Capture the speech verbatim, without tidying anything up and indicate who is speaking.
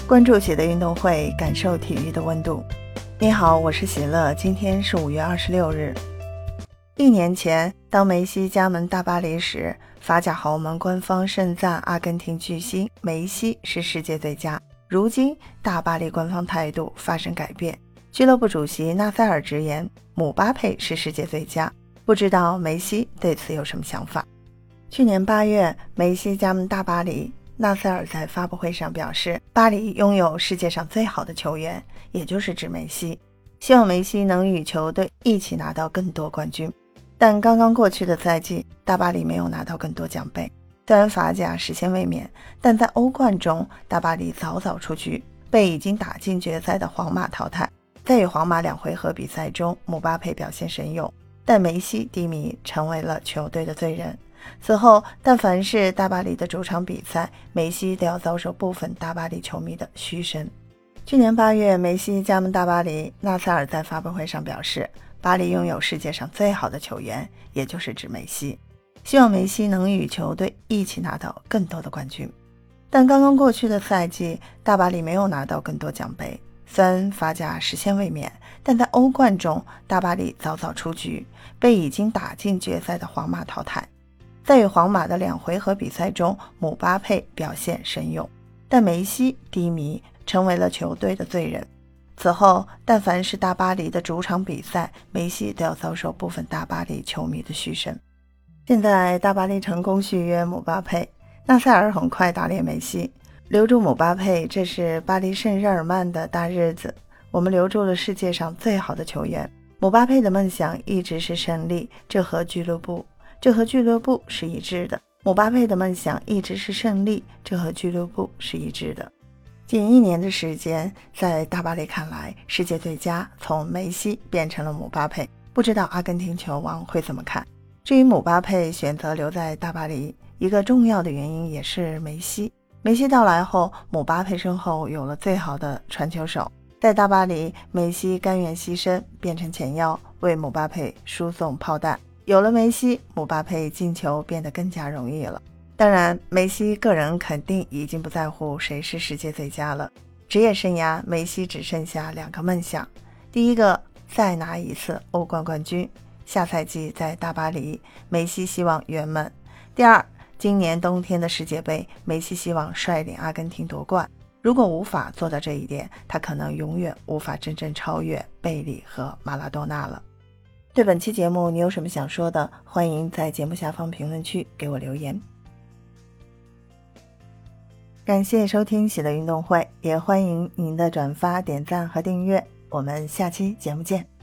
Speaker 1: 关注喜乐运动会，感受体育的温度。你好，我是喜乐，今天是五月二十六日。一年前，当梅西加盟大巴黎时，法甲豪门官方盛赞阿根廷巨星梅西是世界最佳。如今，大巴黎官方态度发生改变，俱乐部主席纳塞尔直言姆巴佩是世界最佳，不知道梅西对此有什么想法。去年八月，梅西加盟大巴黎，纳塞尔在发布会上表示，巴黎拥有世界上最好的球员，也就是指梅西，希望梅西能与球队一起拿到更多冠军。但刚刚过去的赛季，大巴黎没有拿到更多奖杯，虽然法甲实现卫冕，但在欧冠中，大巴黎早早出局，被已经打进决赛的皇马淘汰。在与皇马两回合比赛中，姆巴佩表现神勇，但梅西低迷，成为了球队的罪人。此后，但凡是大巴黎的主场比赛，梅西都要遭受部分大巴黎球迷的嘘声。去年八月，梅西加盟大巴黎，纳塞尔在发布会上表示，巴黎拥有世界上最好的球员，也就是指梅西，希望梅西能与球队一起拿到更多的冠军。但刚刚过去的赛季，大巴黎没有拿到更多奖杯，虽然法甲实现卫冕，但在欧冠中，大巴黎早早出局，被已经打进决赛的皇马淘汰。在与皇马的两回合比赛中，姆巴佩表现神勇，但梅西低迷，成为了球队的罪人。此后，但凡是大巴黎的主场比赛，梅西都要遭受部分大巴黎球迷的嘘声。现在大巴黎成功续约姆巴佩，纳塞尔很快打脸梅西，留住姆巴佩，这是巴黎圣日耳曼的大日子，我们留住了世界上最好的球员。姆巴佩的梦想一直是胜利，这和俱乐部这和俱乐部是一致的。姆巴佩的梦想一直是胜利，这和俱乐部是一致的。近一年的时间，在大巴黎看来，世界最佳从梅西变成了姆巴佩，不知道阿根廷球王会怎么看。至于姆巴佩选择留在大巴黎，一个重要的原因也是梅西。梅西到来后，姆巴佩身后有了最好的传球手。在大巴黎，梅西甘愿牺牲，变成前腰，为姆巴佩输送炮弹。有了梅西，姆巴佩进球变得更加容易了。当然，梅西个人肯定已经不在乎谁是世界最佳了。职业生涯，梅西只剩下两个梦想：第一个，再拿一次欧冠冠军，下赛季在大巴黎，梅西希望圆梦；第二，今年冬天的世界杯，梅西希望率领阿根廷夺冠。如果无法做到这一点，他可能永远无法真正超越贝利和马拉多纳了。对本期节目你有什么想说的，欢迎在节目下方评论区给我留言。感谢收听喜乐运动会，也欢迎您的转发、点赞和订阅，我们下期节目见。